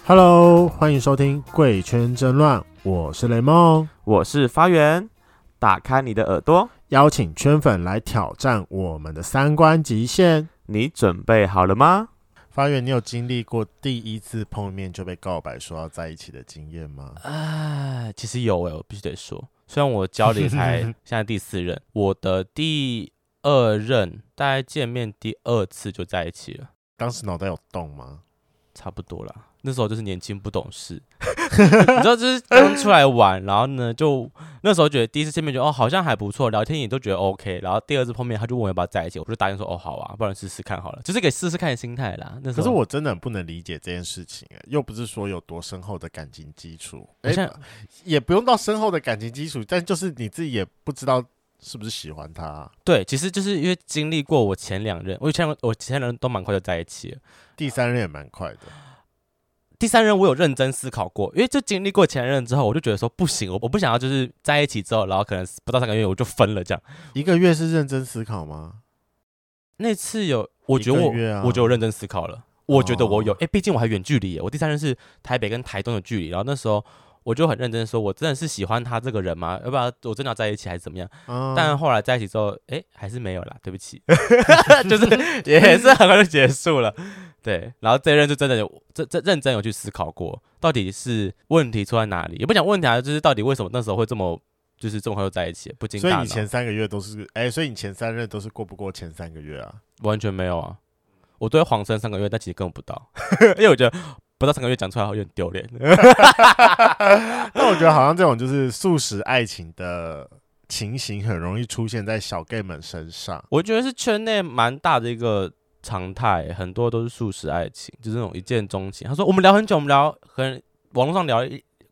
Hello， 欢迎收听《贵圈争乱》，我是雷梦， 我是发源。打开你的耳朵， 邀请圈粉来挑战我们的三观极限。 你准备好了吗？ 发源，你有经历过第一次碰面就被告白说要在一起的经验吗？ 其实有我必须得说，虽然我交了才现在第4任，我的第2任大概见面第2次就在一起了。 当时脑袋有动吗？ 差不多啦，那时候就是年轻不懂事，你知道，就是刚出来玩，然后呢，就那时候觉得第一次见面觉得好像还不错，聊天也都觉得 OK， 然后第2次碰面他就问我要不要在一起，我就答应说好啊，不然试试看好了，就是给试试看的心态啦。那时候可是我真的很不能理解这件事情，又不是说有多深厚的感情基础，也不用到深厚的感情基础，但就是你自己也不知道是不是喜欢他啊。 对，其实就是因为经历过我前2任，我前2任都蛮快就在一起了， 第3任也蛮快的。 第3任我有认真思考过，因为就经历过前2任之后，我就觉得说不行，我不想要就是在一起之后，然后可能不到3个月我就分了这样。 1个月是认真思考吗？ 那次我觉得我就认真思考了，我觉得我有，毕竟我还远距离耶，我第3任是台北跟台东的距离，然后那时候我就很认真说，我真的是喜欢他这个人吗？要不然我真的要在一起还是怎么样？但后来在一起之后，还是没有啦，对不起，就是也是很快就结束了。对，然后这一任就真的认真有去思考过，到底是问题出在哪里？也不讲问题啊，就是到底为什么那时候会这么快就在一起，不经大脑。 所以你前3个月都是所以你前3任都是过不过前3个月啊？ 完全没有啊，我都会谎称3个月，但其实根本不到，因为我觉得不到3个月讲出来有点丢脸。 但我觉得好像这种就是速食爱情的情形很容易出现在小 gay 们身上。 我觉得是圈内蛮大的一个常态，很多都是速食爱情，就是那种一见钟情。他说我们聊很久，我们聊可能网络上聊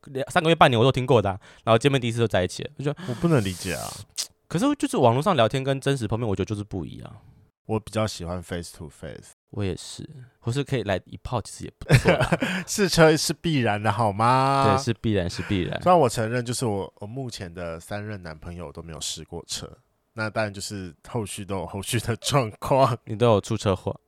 3个月、半年，我都听过的然后见面第1次就在一起了。我觉得我不能理解啊。 可是就是网络上聊天跟真实碰面，我觉得就是不一样。 我比较喜欢 face to face。 我也是，或是可以来一炮，其实也不错啦。 试车是必然的好吗？ 对，是必然，是必然。 虽然我承认，就是我目前的3任男朋友都没有试过车，那当然就是后续都有后续的状况。 你都有出车祸，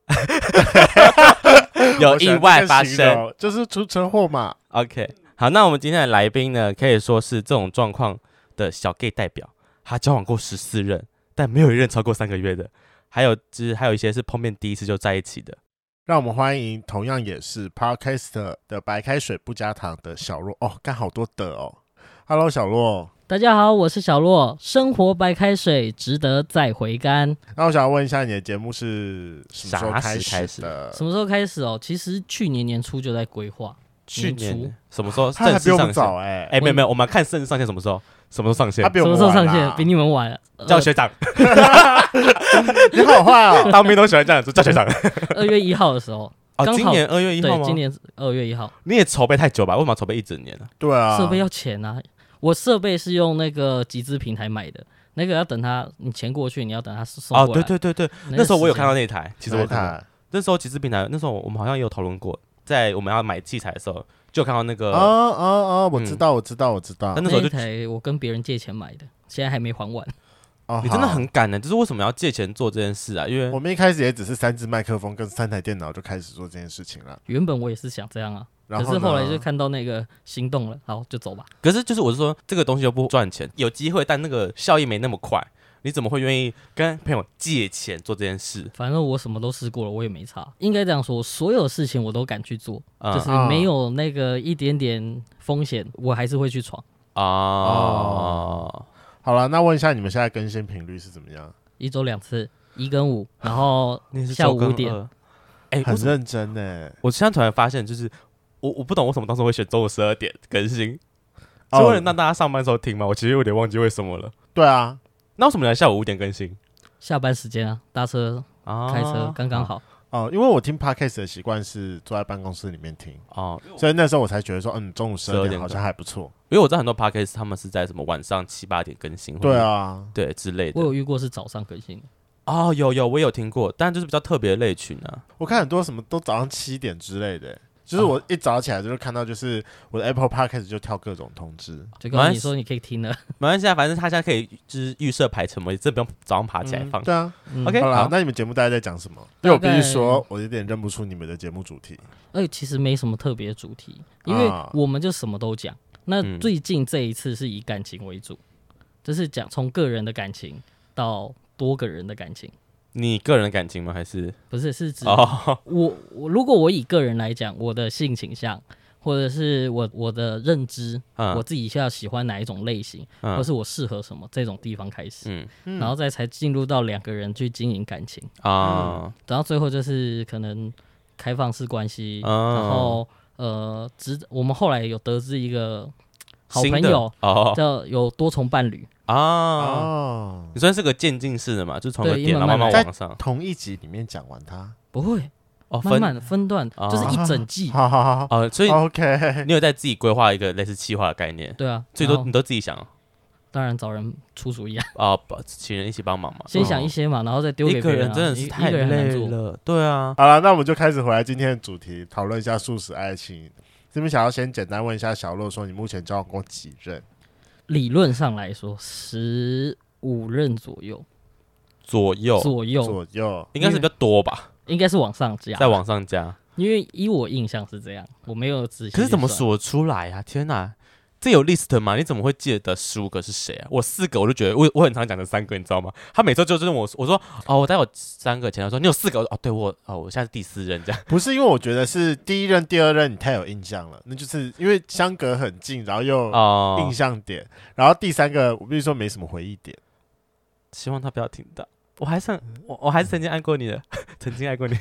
有意外发生， 就是出车祸嘛。 OK， 好，那我们今天的来宾呢，可以说是这种状况的小 gay 代表，他交往过14任，但没有1任超过3个月的。还有一些是碰面第1次就在一起的， 让我们欢迎同样也是 Podcast 的白开水不加糖的小洛哦，干好多的哦。Hello， 小洛， 大家好，我是小洛，生活白开水，值得再回甘。 那我想要问一下，你的节目是什么时候开始的？ 什么时候开始哦？其实去年年初就在规划。 去年什么时候正式上线？他还比我们早没有，我们看正式上线什么时候？什么时候上线？ 他比我们什么时候上线？比你们晚。 叫学长。 你好坏哦， 当兵都喜欢这样子，叫学长。 2月1号的时候。 今年2月1号吗？ 对，今年2月1号。 你也筹备太久吧？为什么要筹备1整年呢？ 对啊， 设备要钱啊！我设备是用那个集资平台买的，那个要等你钱过去，你要等他送过来。 对，那时候我有看到那台，其实我看到那时候集资平台，那时候我们好像也有讨论过，在我们要买器材的时候，就看到那个我知道。 那一台我跟别人借钱买的，现在还没还完。 你真的很敢呢，就是为什么要借钱做这件事啊？因为我们一开始也只是3支麦克风跟3台电脑就开始做这件事情了。 原本我也是想这样啊，可是后来就看到那个心动了，好就走吧。 可是就是我是说，这个东西又不赚钱，有机会，但那个效益没那么快。你怎么会愿意跟朋友借钱做这件事？ 反正我什么都试过了，我也没差。应该这样说，所有事情我都敢去做，就是没有那个一点点风险，我还是会去闯。 好了，那问一下你们现在更新频率是怎么样 ？1周2次，1跟5，然后下午5点。 很认真耶。 我现在突然发现，就是我不懂为什么当时会选中午12点更新，是为了让大家上班的时候听吗？我其实有点忘记为什么了。 对啊， 那为什么来下午5点更新？ 下班时间啊，搭车、开车刚刚好。 因为我听 podcast 的习惯是坐在办公室里面听所以那时候我才觉得说，中午12点好像还不错。 因为我知道很多 podcast 他们是在什么晚上7、8点更新， 对啊， 对之类的。 我有遇过是早上更新的。 有我也有听过，但就是比较特别的类群啊。 我看很多什么都早上7点之类的， 就是我一早起来就看到，就是我的 Apple Podcast 就跳各种通知， 就跟你说你可以听了， 没关系啊，反正他现在可以就是预设排程嘛，这不用早上爬起来放。 对啊 ，OK， 好啦，那你们节目大概在讲什么？因为我必须说，我有点认不出你们的节目主题。 其实没什么特别主题，因为我们就什么都讲。那最近这一次是以感情为主，就是讲从个人的感情到多个人的感情。 你个人的感情吗？还是不是？是指我如果我以个人来讲，我的性倾向，或者是我的认知，我自己要喜欢哪一种类型，或是我适合什么这种地方开始，然后再才进入到两个人去经营感情然后最后就是可能开放式关系，然后我们后来有得知一个好朋友叫有多重伴侣。 你算是个渐进式的嘛，就从个点然后慢慢往上。 同一集里面讲完它不会慢慢分段，就是一整季。 好， 所以 OK， 你有在自己规划一个类似企划的概念？ 对啊， 最多你都自己想。 当然找人出主意请人一起帮忙嘛。 先想一些嘛，然后再丢给别人。 一个人真的是太累了。对啊。 好了，那我们就开始回来今天的主题，讨论一下速食爱情。这边想要先简单问一下小洛，说你目前交往过几任？ 理论上来说，15任左右， 应该是比较多吧？ 应该是往上加， 再往上加。 因为依我印象是这样，我没有仔细。 可是怎么数出来啊？天哪！这有 list 吗？你怎么会记得15个是谁啊？我4个我就觉得我很常讲的3个，你知道吗？他每次就是我说我带我3个前，他说你有4个对我现在是第4任这样。 不是因为我觉得是第1任、第2任你太有印象了，那就是因为相隔很近，然后又印象点，然后第3个我必须说没什么回忆点。 希望他不要听到。我还是曾经爱过你的，曾经爱过你。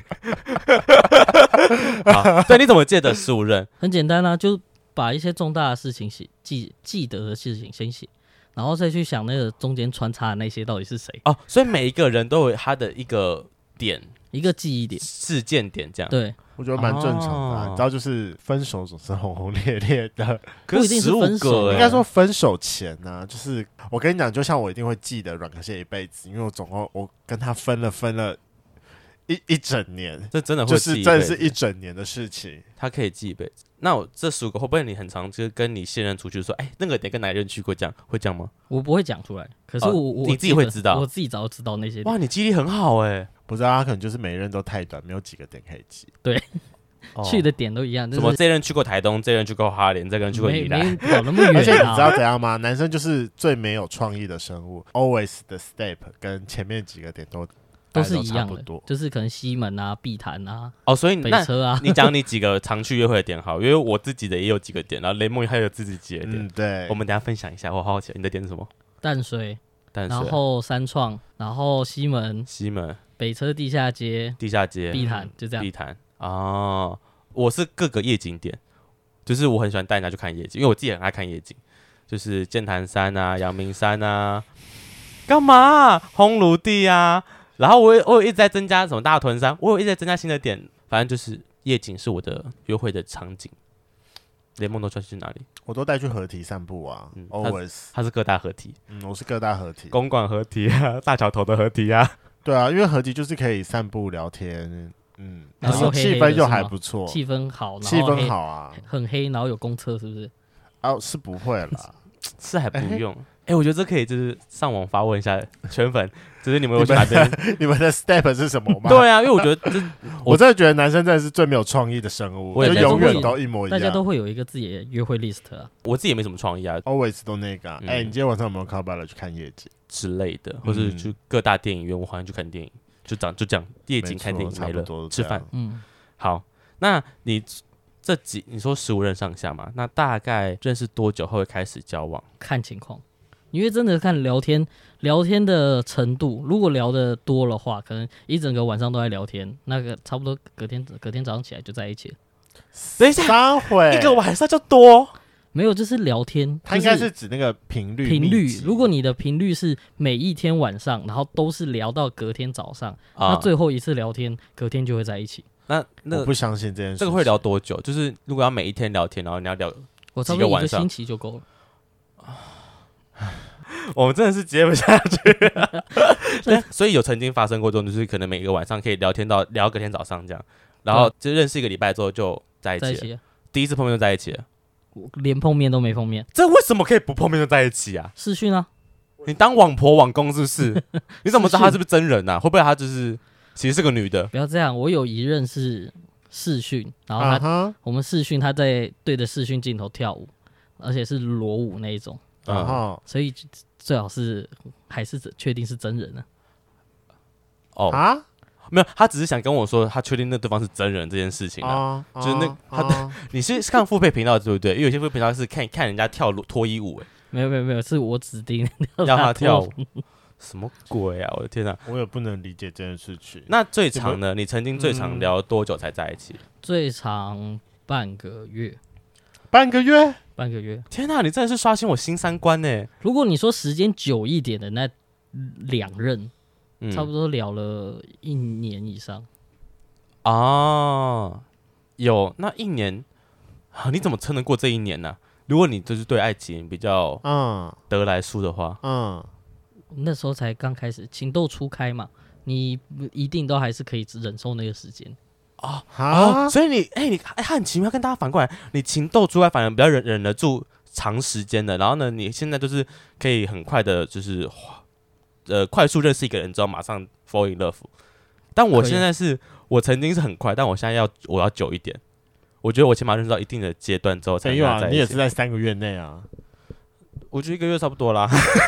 好，对，你怎么记得15任？ 很简单啊，就把一些重大的事情记得的事情先写，然后再去想那个中间穿插的那些到底是谁。 所以每一个人都有他的一个点， 一个记忆点、 事件点这样。 对， 我觉得蛮正常的你知道，就是分手总是轰轰烈烈的， 不一定是分手， 应该说分手前呢，就是我跟你讲，就像我一定会记得阮可谢一辈子，因为我总共我跟他分了一整年， 这真的会就是真的是一整年的事情， 他可以记一辈子。那我这15个会不会你很常就跟你现任出去说，那个点跟哪一任去过，这样会这样吗？ 我不会讲出来，可是你自己会知道， 我自己早就知道那些点。 哇，你记忆力很好不知道他可能就是每一任都太短，没有几个点可以记。 对。去的点都一样， 什么这任去过台东，这任去过花莲，这个人去过宜兰， 没跑那么远。 而且你知道怎样吗？男生就是最没有创意的生物 ，always 的 step 跟前面几个点都是一样的，就是可能西门啊、碧潭啊， 所以北车啊。 你讲你几个常去约会的点好，因为我自己的也有几个点，然后雷梦还有自己几个点， 对， 我们等一下分享一下。我好奇你的点是什么？ 淡水，然后三创，然后西门，北车地下街，碧潭，就这样。 碧潭我是各个夜景点，就是我很喜欢带人家去看夜景，因为我自己很爱看夜景，就是剑潭山啊、阳明山啊，干嘛烘炉地啊，然后我有一直在增加什么大屯山，我有一直在增加新的点，反正就是夜景是我的约会的场景。雷梦都去哪里？ 我都带去河堤散步啊，always。 他是各大河堤， 我是各大河堤， 公馆河堤啊，大桥头的河堤啊。 对啊，因为河堤就是可以散步聊天。 然后气氛又还不错， 气氛好， 气氛好啊， 很黑，然后有公车，是不是？ 是不会啦， 是还不用。我觉得这可以就是上网发问一下圈粉，就是你们有去哪边？ 你们的 step 是什么吗？ 对啊，因为我觉得我真的觉得男生真的是最没有创意的生物，就永远都一模一样。 大家都会有一个自己的约会 list 啊。 我自己也没什么创意啊 ，always 都那个。你今天晚上有没有靠爸了去看夜景之类的，或是去各大电影院，我好像去看电影，就讲夜景看电影没了，吃饭。好，那你你说15任上下嘛？那大概认识多久会开始交往？ 看情况，因为真的看聊天的程度。如果聊得多的话，可能一整个晚上都在聊天，那个差不多隔天早上起来就在一起了。 等一下，一个晚上就多？ 没有，就是聊天。 它应该是指那个频率。 如果你的频率是每一天晚上，然后都是聊到隔天早上，那最后一次聊天隔天就会在一起。 那我不相信这件事。 这个会聊多久？就是如果要每一天聊天，然后你要聊我差不多1个星期就够了。 我们真的是接不下去了。所以有曾经发生过这种，就是可能每个晚上可以聊天到聊隔天早上这样。 然后就认识1个礼拜之后就在一起了，第一次碰面就在一起了， 连碰面都没碰面， 这为什么可以不碰面就在一起啊？ 视讯啊， 你当网婆网公是不是？你怎么知道他是不是真人啊？会不会他就是其实是个女的？ 不要这样，我有一任是视讯，然后我们视讯他在对着视讯镜头跳舞，而且是裸舞那一种，所以最好是还是确定是真人呢。 没有，他只是想跟我说，他确定那对方是真人这件事情啊，就是他你是看付费频道对不对？因为有些付费频道是看人家跳脱衣舞， 没有，是我指定要他跳舞，什么鬼啊！我的天哪， 我也不能理解这件事情。 那最长呢？你曾经最长聊多久才在一起？ 最长半个月。 半个月？ 天哪，你真的是刷新我新三观呢！ 如果你说时间久一点的那2任。差不多聊了1年以上啊，有那1年啊？你怎么撑得过这1年呢？如果你就是对爱情比较得来速的话， 那时候才刚开始情窦初开嘛，你一定都还是可以忍受那个时间所以你很奇妙，跟大家反过来，你情窦初开反而比较忍得住长时间的，然后呢，你现在就是可以很快的，就是快速认识一个人之后马上 fall in love， 但我现在我曾经是很快，但我现在我要久一点。我觉得我起码认识到一定的阶段之后才能在一起。 你也是在3个月内啊？ 我觉得1个月差不多啦。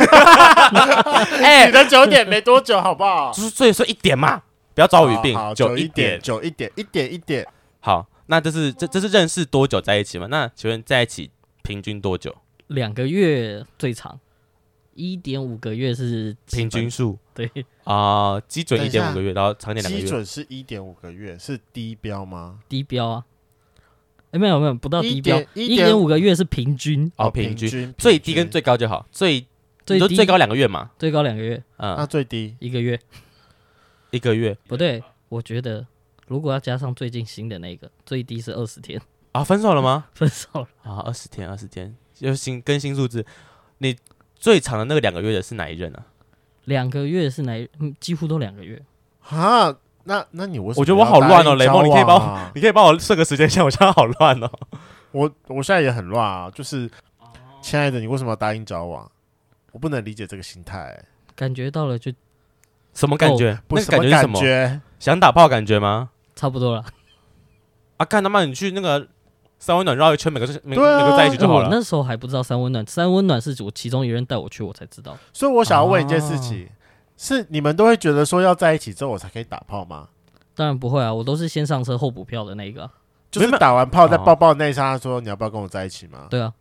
你的9点没多久好不好？ 就是所以说1点嘛，不要找我语病， 久一点。 好，那这是认识多久在一起嘛？那请问在一起平均多久 ？2个月最长。1.5个月是平均数， 对基准1.5个月，然后长点2个月。 基准是1.5个月，是低标吗？ 低标啊，没有，不到低标，1.5个月是平均平均，最低跟最高就好，最高2个月嘛， 最高2个月， 那最低 1个月 ，1个月不对，我觉得如果要加上最近新的那个，最低是20天啊，分手了吗？ 分手了啊，20天，就更新数字，你。最长的那个2个月的是哪一任啊 ？2个月是几乎都2个月啊？那你为什么？ 我觉得我好乱哦，雷梦，你可以帮我设个时间线，我现在好乱哦。 我现在也很乱啊，就是亲爱的，你为什么要答应交往？我不能理解这个心态。 感觉到了就什么感觉？那个感觉是什么？想打炮感觉吗？ 差不多了。 干他妈你去那个。三温暖绕一圈，每个在一起就好了。 我那时候还不知道三温暖是我其中一人带我去，我才知道。 所以我想要问一件事情，是你们都会觉得说要在一起之后我才可以打炮吗？ 当然不会啊，我都是先上车后补票的那一个， 就是打完炮再抱抱那一刹那说你要不要跟我在一起吗？ 对啊。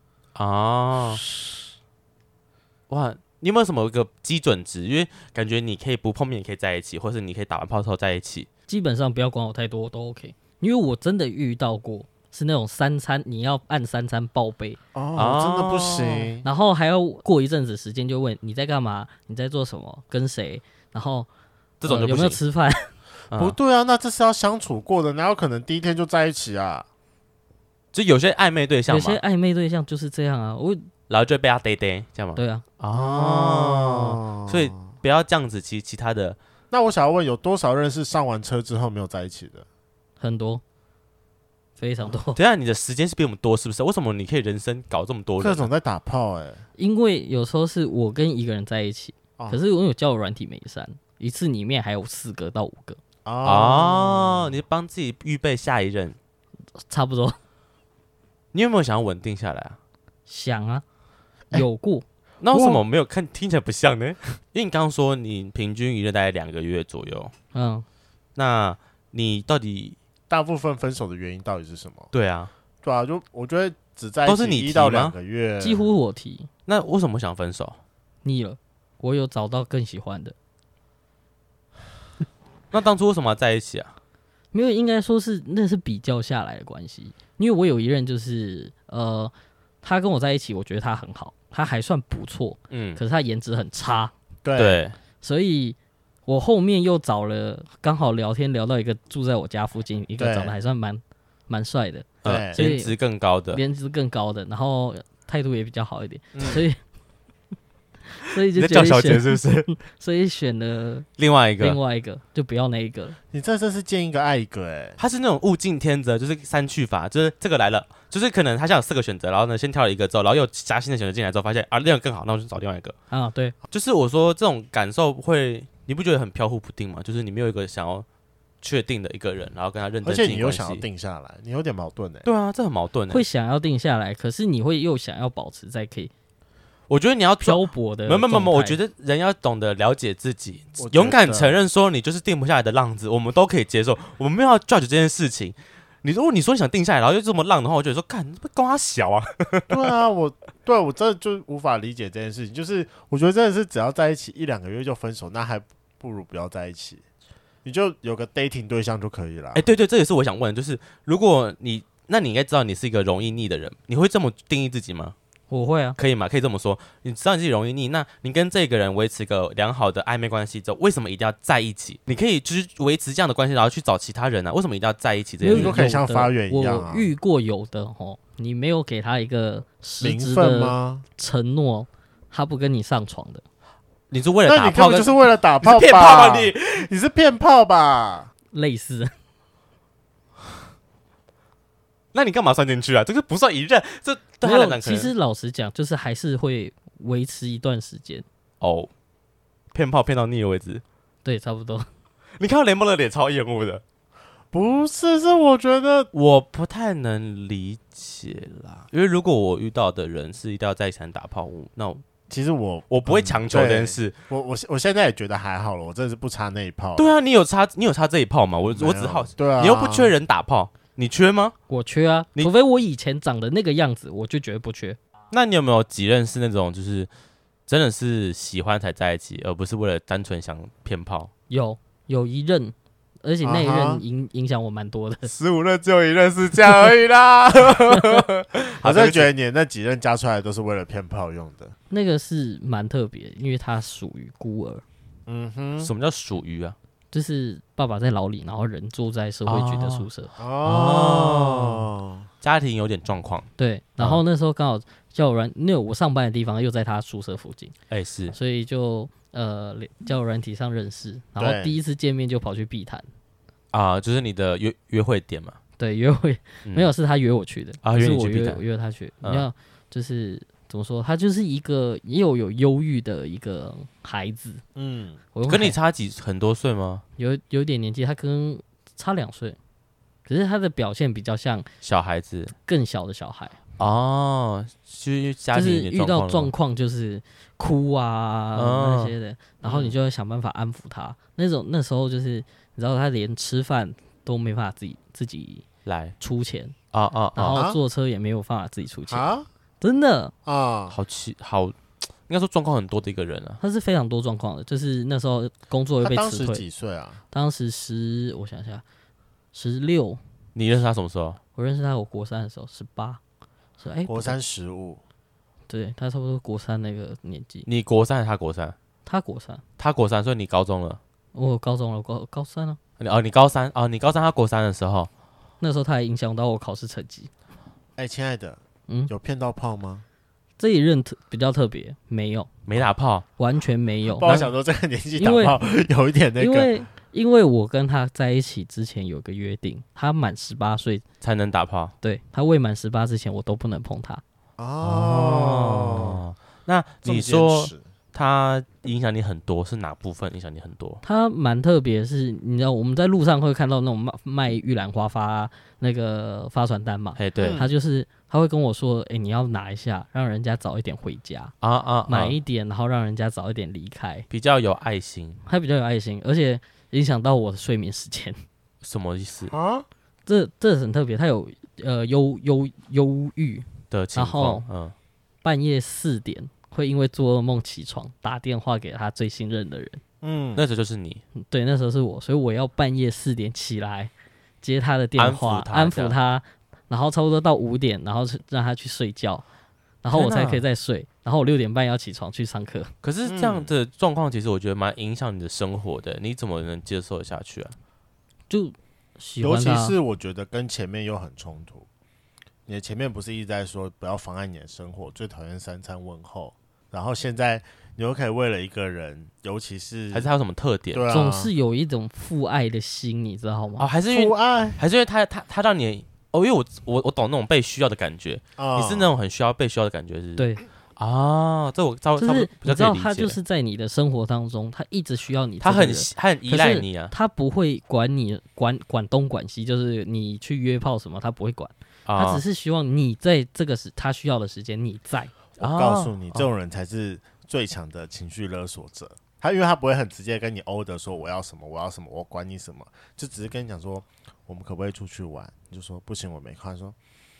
哇，你有没有什么一个基准值？因为感觉你可以不碰面也可以在一起，或是你可以打完炮之后在一起。 基本上不要管我太多都 OK， 因为我真的遇到过。是那种3餐你要按3餐报备真的不行。 然后还要过一阵子时间就问你在干嘛，你在做什么，跟谁，然后这种就不行有没有吃饭？ 不对啊，那这是要相处过的，哪有可能第一天就在一起啊？ 就有些暧昧对象嘛， 有些暧昧对象就是这样啊， 然后就被他逮逮这样吗？ 对啊。 所以不要这样子。其他的， 那我想要问，有多少人是上完车之后没有在一起的？ 很多。非常多。 等一下，你的时间是比我们多，是不是？为什么你可以人生搞这么多人？ 各种在打炮因为有时候是我跟一个人在一起，可是我有交友软体没删，一次里面还有4个到5个。 你帮自己预备下一任， 差不多。 你有没有想要稳定下来啊？ 想啊，有过。 那为什么没有看？听起来不像呢？因为你刚刚说你平均一任大概2个月左右。那你到底？ 大部分分手的原因到底是什么？ 对啊， 就我觉得只在一起1到2个月， 几乎我提。 那为什么想分手？ 腻了，我有找到更喜欢的。 那当初为什么要在一起啊？ 没有，应该说那是比较下来的关系。因为我有一任就是他跟我在一起，我觉得他很好，他还算不错，可是他颜值很差， 对， 所以。我后面又找了，刚好聊天聊到一个住在我家附近，一个长得还算蛮帅的， 颜值更高的， 然后态度也比较好一点，所以所以就叫小姐是不是？ 所以选了另外一个， 就不要那一个。 你这是见一个爱一个他是那种物竞天择，就是删去法，就是这个来了，就是可能他现在有4个选择，然后呢先挑了一个之后，然后又加新的选择进来之后，发现另一个更好，那我就找另外一个啊。对， 就是我说这种感受会，你不觉得很飘忽不定吗？就是你没有一个想要确定的一个人，然后跟他认真经营关系， 而且你又想要定下来，你有点矛盾对啊，这很矛盾会想要定下来，可是你会又想要保持在可以。 我觉得你要漂泊的， 没，我觉得人要懂得了解自己，勇敢承认说你就是定不下来的浪子，我们都可以接受，我们没有要 judge 这件事情。如果你说你想定下来，然后又这么浪的话，我就说干，你跟他小啊。 对啊，我真的就无法理解这件事情。就是我觉得真的是只要在一起1-2个月就分手，那还不如不要在一起，你就有个 dating 对象就可以了。 对，这也是我想问的，就是如果那你应该知道你是一个容易腻的人，你会这么定义自己吗？ 我会啊， 可以吗？可以这么说，你知道你自己容易腻，那你跟这个人维持一个良好的暧昧关系之后，为什么一定要在一起？你可以就是维持这样的关系，然后去找其他人啊？为什么一定要在一起？这些都可以像发源一样我遇过有的你没有给他一个实质的承诺，他不跟你上床的。 你是为了打炮？ 那你根本就是为了打炮吧？ 骗炮吧你是骗炮吧？ 类似。 那你干嘛算进去啊？这个不算一任，这对他来讲其实老实讲，就是还是会维持一段时间。 骗炮骗到腻了为止。 对，差不多。 你看到联盟的脸超厌恶的。 不是，是我觉得我不太能理解啦，因为如果我遇到的人是一定要在一起才能打炮，那其实我不会强求这件事。 我现在也觉得还好了，我真的是不差那一炮。 对啊，你有差这一炮吗？我只好奇。 对啊， 你又不缺人打炮。你缺吗？ 我缺啊，除非我以前长的那个样子，我就绝对不缺。 那你有没有几任是那种就是真的是喜欢才在一起，而不是为了单纯想骗炮？ 有一任，而且那一任影响我蛮多的。 15任只有1任是这样而已啦。我真的觉得你那几任加出来都是为了骗炮用的。 那个是蛮特别，因为他属于孤儿。 什么叫属于啊？ 就是爸爸在牢里，然后人住在社会局的宿舍。 家庭有点状况。 对，然后那时候刚好交友软，因为我上班的地方又在他宿舍附近， 是， 所以就交友软体上认识，然后第一次见面就跑去碧潭就是你的约会点嘛。 对，约会没有，是他约我去的约你去碧潭， 我约他去。你要就是怎么说，他就是一个也有忧郁的一个孩子。 我跟你差很多岁吗？ 有点年纪，他差2岁，可是他的表现比较像小孩子， 更小的小孩。 就是遇到状况就是哭啊那些的，然后你就要想办法安抚他。那时候就是你知道，他连吃饭都没办法自己来出钱然后坐车也没有办法自己出钱真的好，应该说状况很多的一个人啊。 他是非常多状况的，就是那时候工作又被辞退。 他当时几岁啊？ 当时我想一下，16。 你认识他什么时候？ 我认识他，我国3的时候18。 国3 15。 对，他差不多国3那个年纪。 你国3还是他国3？ 他国3。 他国3，所以你高中了。 我高中了，高3啊。 你高3你高3，他国3的时候， 那时候他还影响到我考试成绩。 亲爱的，有骗到炮吗？ 这一任比较特别，没打炮， 完全没有。 我想说这个年纪打炮有一点那个， 因为我跟他在一起之前有个约定，他满18岁才能打炮。 对，他未满18之前，我都不能碰他。 那你说他影响你很多，是哪部分影响你很多？ 他蛮特别，是你知道我们在路上会看到那种卖玉兰花那个发传单嘛？ 对， 他会跟我说，你要拿一下，让人家早一点回家买一点，然后让人家早一点离开， 比较有爱心。 他比较有爱心，而且影响到我的睡眠时间。 什么意思这很特别，他有忧郁的情况， 然后半夜4点。会因为做噩梦起床，打电话给他最信任的人。 那时候就是你。 对，那时候是我，所以我要半夜4点起来接他的电话，安抚他，然后差不多到5点，然后让他去睡觉，然后我才可以再睡，然后我6点半要起床去上课。 可是这样的状况，其实我觉得蛮影响你的生活的，你怎么能接受得下去啊？ 就喜欢他， 尤其是我觉得跟前面又很冲突。你的前面不是一直在说不要妨碍你的生活，最讨厌3餐问候。然后现在你又可以为了一个人，尤其是还是他有什么特点？ 对啊， 总是有一种父爱的心，你知道吗？ 还是因为父爱， 还是因为他让你因为我懂那种被需要的感觉，你是那种很需要被需要的感觉，是？ 对。 这我就是你知道他就是在你的生活当中，他一直需要你， 他很依赖你啊， 他不会管你管东管西，就是你去约炮什么他不会管，他只是希望你在这个他需要的时间你在。 我告诉你，这种人才是最强的情绪勒索者。因为他不会很直接跟你 order 说我要什么，我要什么，我管你什么，就只是跟你讲说我们可不可以出去玩，你就说不行，我没空。他说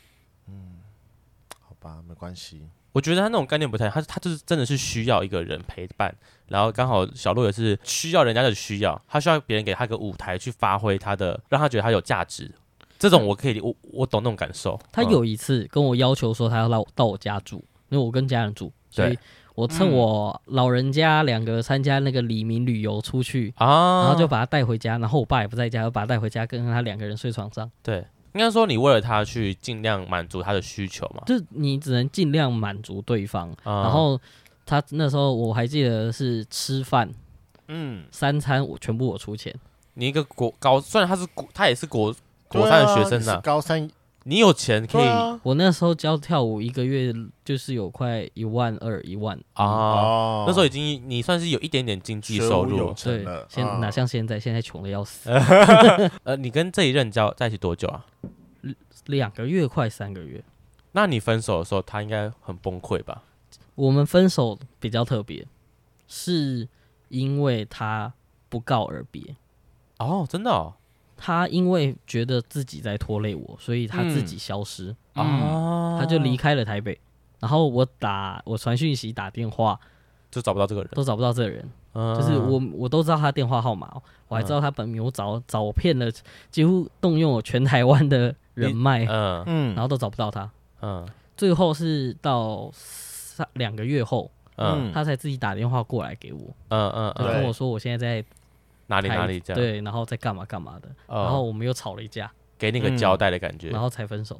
好吧，没关系。 我觉得他那种概念不太，他就是真的是需要一个人陪伴，然后刚好小鹿也是需要人家的需要，他需要别人给他个舞台去发挥他的，让他觉得他有价值。这种我可以，我懂那种感受。 他有一次跟我要求说他要到我家住，因为我跟家人住，所以我趁我老人家2个参加那个李明旅游出去然后就把他带回家，然后我爸也不在家，就把他带回家，跟他2个人睡床上。 对。应该说，你为了他去尽量满足他的需求嘛？ 就是你只能尽量满足对方。然后他那时候我还记得是吃饭，3餐全部我出钱。 你一个虽然他也是国3的学生高3， 你有钱可以。 我那时候教跳舞1个月就是有快12000、1万那时候已经你算是有一点点经济收入， 对，哪像现在穷的要死。 你跟这一任在一起多久啊 ？2个月，快3个月。 那你分手的时候，他应该很崩溃吧？ 我们分手比较特别，是因为他不告而别。 真的哦。 他因为觉得自己在拖累我，所以他自己消失。他就离开了台北。然后我传讯息、打电话， 就找不到这个人， 都找不到这个人。就是我都知道他电话号码，我还知道他本名，我找遍了，几乎动用我全台湾的人脉，然后都找不到他。最后是到2个月后，他才自己打电话过来给我，就跟我说我现在在哪里这样， 对，然后在干嘛的，然后我们又吵了一架， 给你个交代的感觉， 然后才分手。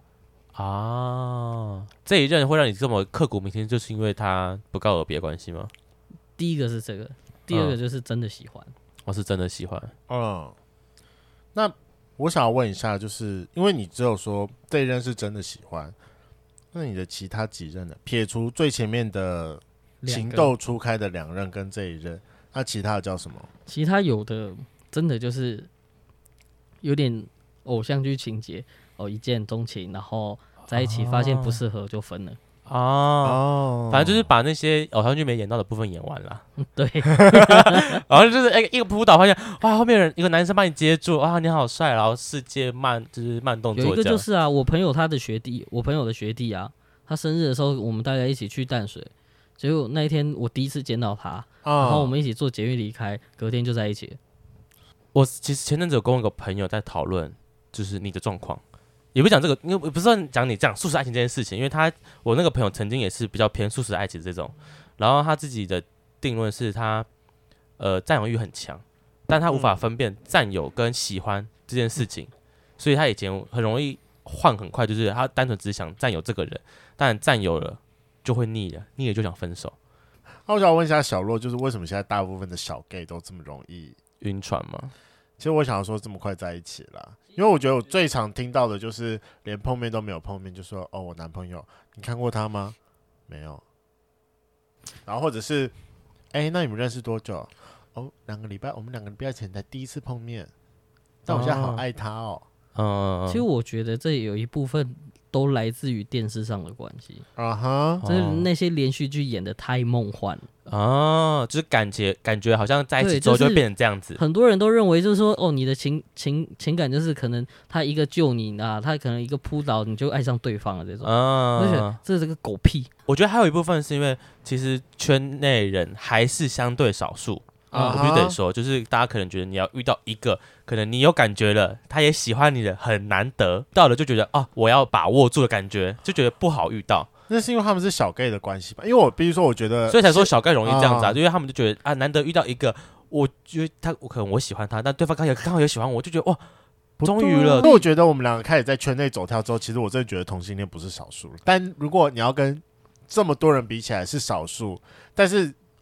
这一任会让你这么刻骨铭心，就是因为他不告而别关系吗？ 第一个是这个，第二个就是真的喜欢。 我是真的喜欢。 那我想要问一下，就是因为你只有说这一任是真的喜欢，那你的其他几任呢？撇除最前面的情窦初开的2任跟这一任，那其他的叫什么？ 其他有的真的就是有点偶像剧情节，一见钟情，然后在一起发现不适合就分了。 反正就是把那些偶像剧没演到的部分演完了。 对， 然后就是一个扑倒，发现哇，后面有人一个男生把你接住，哇，你好帅，然后世界就是慢动作。 有一个就是我朋友的学弟啊，他生日的时候我们大家一起去淡水，结果那一天我第一次见到他，然后我们一起坐捷运离开，隔天就在一起了。 我其实前阵子有跟我一个朋友在讨论，就是你的状况。也不讲这个，因为不是讲你讲速食爱情这件事情，因为我那个朋友曾经也是比较偏速食爱情这种，然后他自己的定论是他占有欲很强，但他无法分辨占有跟喜欢这件事情，所以他以前很容易换很快，就是他单纯只想占有这个人，但占有了就会腻了就想分手。 那我想问一下小洛，就是为什么现在大部分的小 gay 都这么容易晕船吗？ 其实我想要说这么快在一起啦，因为我觉得我最常听到的就是连碰面都没有碰面就说我男朋友，你看过他吗？没有。然后或者是那你们认识多久？2个礼拜，我们2个礼拜前才第一次碰面，但我现在好爱他哦。 其实我觉得这有一部分都来自于电视上的关系就是那些连续剧演的太梦幻了就是感觉好像在一起之后就会变成这样子。 很多人都认为就是说你的情感就是可能他一个救你他可能一个扑倒你就爱上对方了这种而且这是个狗屁。 我觉得还有一部分是因为其实圈内人还是相对少数。我必须得说，就是大家可能觉得你要遇到一个可能你有感觉了，他也喜欢你的，很难得到了就觉得我要把握住的感觉，就觉得不好遇到。 那是因为他们是小 gay 的关系吧？因为我必须说，我觉得， 所以才说小 gay 容易这样子因为他们就觉得难得遇到一个，我觉得可能我喜欢他，但对方刚好也喜欢我，就觉得哇，终于了。 因为我觉得我们2个开始在圈内走跳之后，其实我真的觉得同性恋不是少数，但如果你要跟这么多人比起来是少数，但是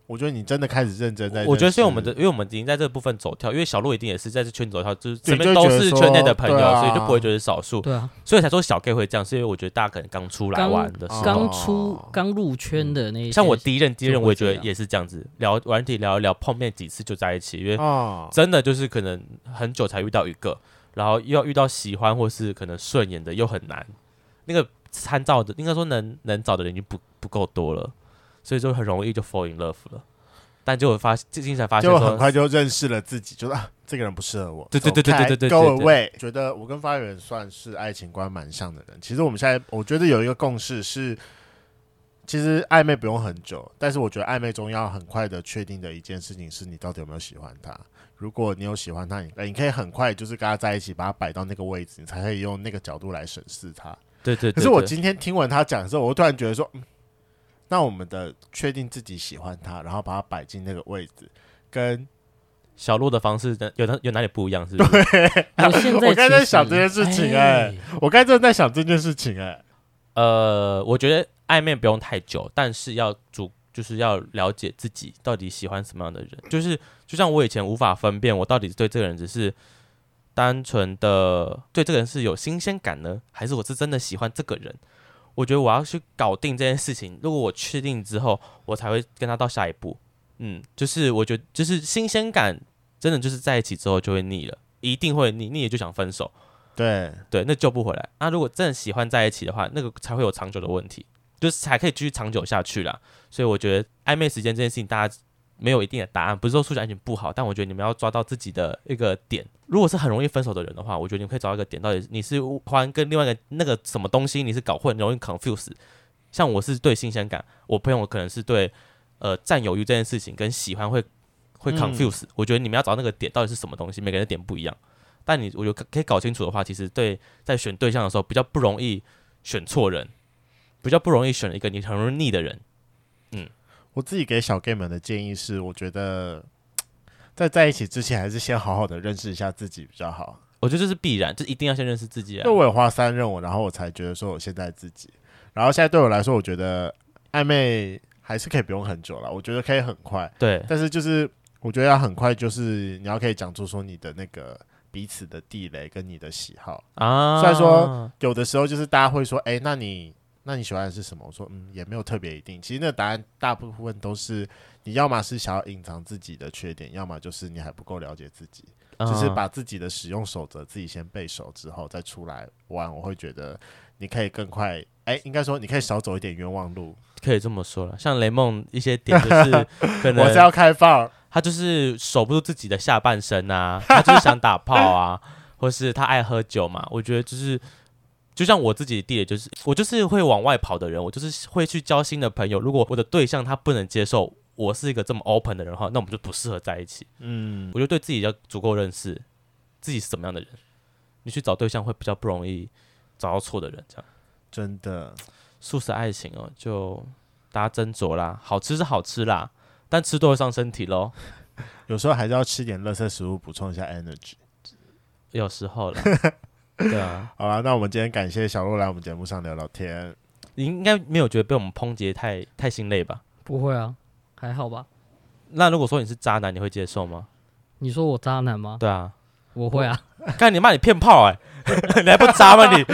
我觉得你真的开始认真在， 我觉得是因为我们已经在这个部分走跳，因为小鹿一定也是在这圈走跳，就是身边都是圈内的朋友，所以就不会觉得是少数。 对啊， 所以才说小 gay 会这样，是因为我觉得大家可能刚出来玩的时候， 刚入圈的那些， 像我第一任我也觉得也是这样子，聊软体聊一聊，碰面几次就在一起，因为真的就是可能很久才遇到一个，然后又要遇到喜欢或是可能顺眼的又很难，那个参照的应该说能找的人已经不够多了。所以就很容易就 fall in love 了，但就最近才发现， 就很快就认识了自己，就这个人不适合我， 对 ，go away。觉得我跟发源算是爱情观蛮像的人。其实我们现在我觉得有一个共识是，其实暧昧不用很久，但是我觉得暧昧中要很快的确定的一件事情是你到底有没有喜欢他。如果你有喜欢他，你可以很快就是跟他在一起，把他摆到那个位置，你才可以用那个角度来审视他。 对。 可是我今天听完他讲的时候，我突然觉得说，那我们的确定自己喜欢他，然后把他摆进那个位置，跟小鹿的方式有哪里不一样？是不是？ 对，我刚才在想这件事情我刚才真的在想这件事情我觉得暧昧不用太久，但是就是要了解自己到底喜欢什么样的人。就像我以前无法分辨我到底对这个人只是单纯的对这个人是有新鲜感呢，还是我是真的喜欢这个人。我觉得我要去搞定这件事情，如果我确定之后，我才会跟他到下一步。就是我觉得就是新鲜感真的就是在一起之后就会腻了，一定会腻了就想分手。对，那救不回来。那如果真的喜欢在一起的话，那个才会有长久的问题，就是才可以继续长久下去啦。所以我觉得暧昧时间这件事情，大家没有一定的答案，不是说数据安全不好，但我觉得你们要抓到自己的一个点。如果是很容易分手的人的话，我觉得你们可以找到一个点，到底你是欢跟另外一个那个什么东西你是搞混，容易 confuse。像我是对新鲜感，我朋友可能是对占有欲这件事情跟喜欢会 confuse。我觉得你们要找那个点到底是什么东西，每个人的点不一样。但我觉得可以搞清楚的话，其实在选对象的时候比较不容易选错人，比较不容易选一个你很容易腻的人。 我自己给小 gay 们的建议是，我觉得在一起之前，还是先好好的认识一下自己比较好。 我觉得这是必然，就一定要先认识自己。 因为我有花3任然后我才觉得说我现在自己，然后现在对我来说，我觉得暧昧还是可以不用很久了，我觉得可以很快。 对， 但是就是我觉得要很快，就是你要可以讲出说你的那个彼此的地雷跟你的喜好啊。虽然说有的时候就是大家会说，那你喜欢的是什么？我说也没有特别一定。其实那个答案大部分都是你要么是想要隐藏自己的缺点，要么就是你还不够了解自己。就是把自己的使用守则自己先背熟之后再出来玩，我会觉得你可以更快。应该说你可以少走一点冤枉路。可以这么说了，像雷梦一些点就是可能我是要开放， 他就是守不住自己的下半身啊，他就是想打炮啊，或是他爱喝酒嘛。我觉得就像我自己的地雷，就是我就是会往外跑的人，我就是会去交新的朋友。如果我的对象他不能接受我是一个这么 open 的人的话，那我们就不适合在一起。我觉得对自己要足够认识自己是什么样的人，你去找对象会比较不容易找到错的人。这样真的素食爱情就大家斟酌啦，好吃是好吃啦，但吃多了伤身体咯。 有时候还是要吃点垃圾食物补充一下 energy。 有时候啦。对啊， 好啦，那我们今天感谢小鹿来我们节目上聊聊天。 你应该没有觉得被我们抨击太心累吧？ 不会啊，还好吧。 那如果说你是渣男，你会接受吗？ 你说我渣男吗？ 对啊， 我会啊。 干你妈，你骗炮你还不渣吗你？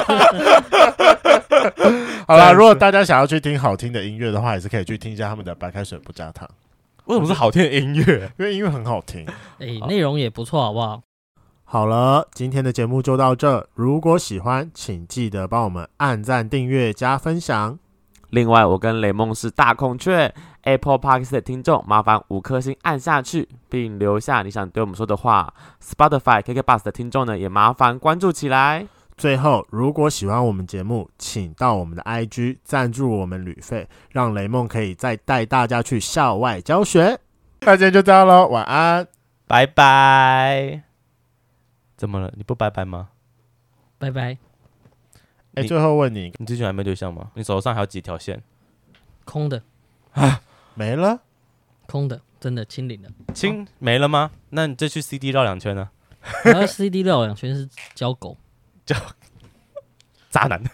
好啦，如果大家想要去听好听的音乐的话，也是可以去听一下他们的白开水不加糖。 为什么是好听的音乐？ 因为音乐很好听， 内容也不错，好不好？ 好了，今天的节目就到这。如果喜欢，请记得帮我们按赞、订阅、加分享。 另外，我跟雷梦是大孔雀 Apple Podcast 的听众，麻烦5颗星按下去，并留下你想对我们说的话。Spotify KKBOX 的听众呢，也麻烦关注起来。 最后，如果喜欢我们节目，请到我们的 IG 赞助我们旅费，让雷梦可以再带大家去校外教学。那今天就这样咯，晚安， 拜拜。怎么了？你不拜拜吗？ 拜拜。 最后问你最近还没对象吗？你手上还有几条线？ 空的啊，没了。 空的，真的清零了。 没了吗？那你再去 CD 绕2圈呢？ 然后 CD 绕2圈是教狗， 渣男。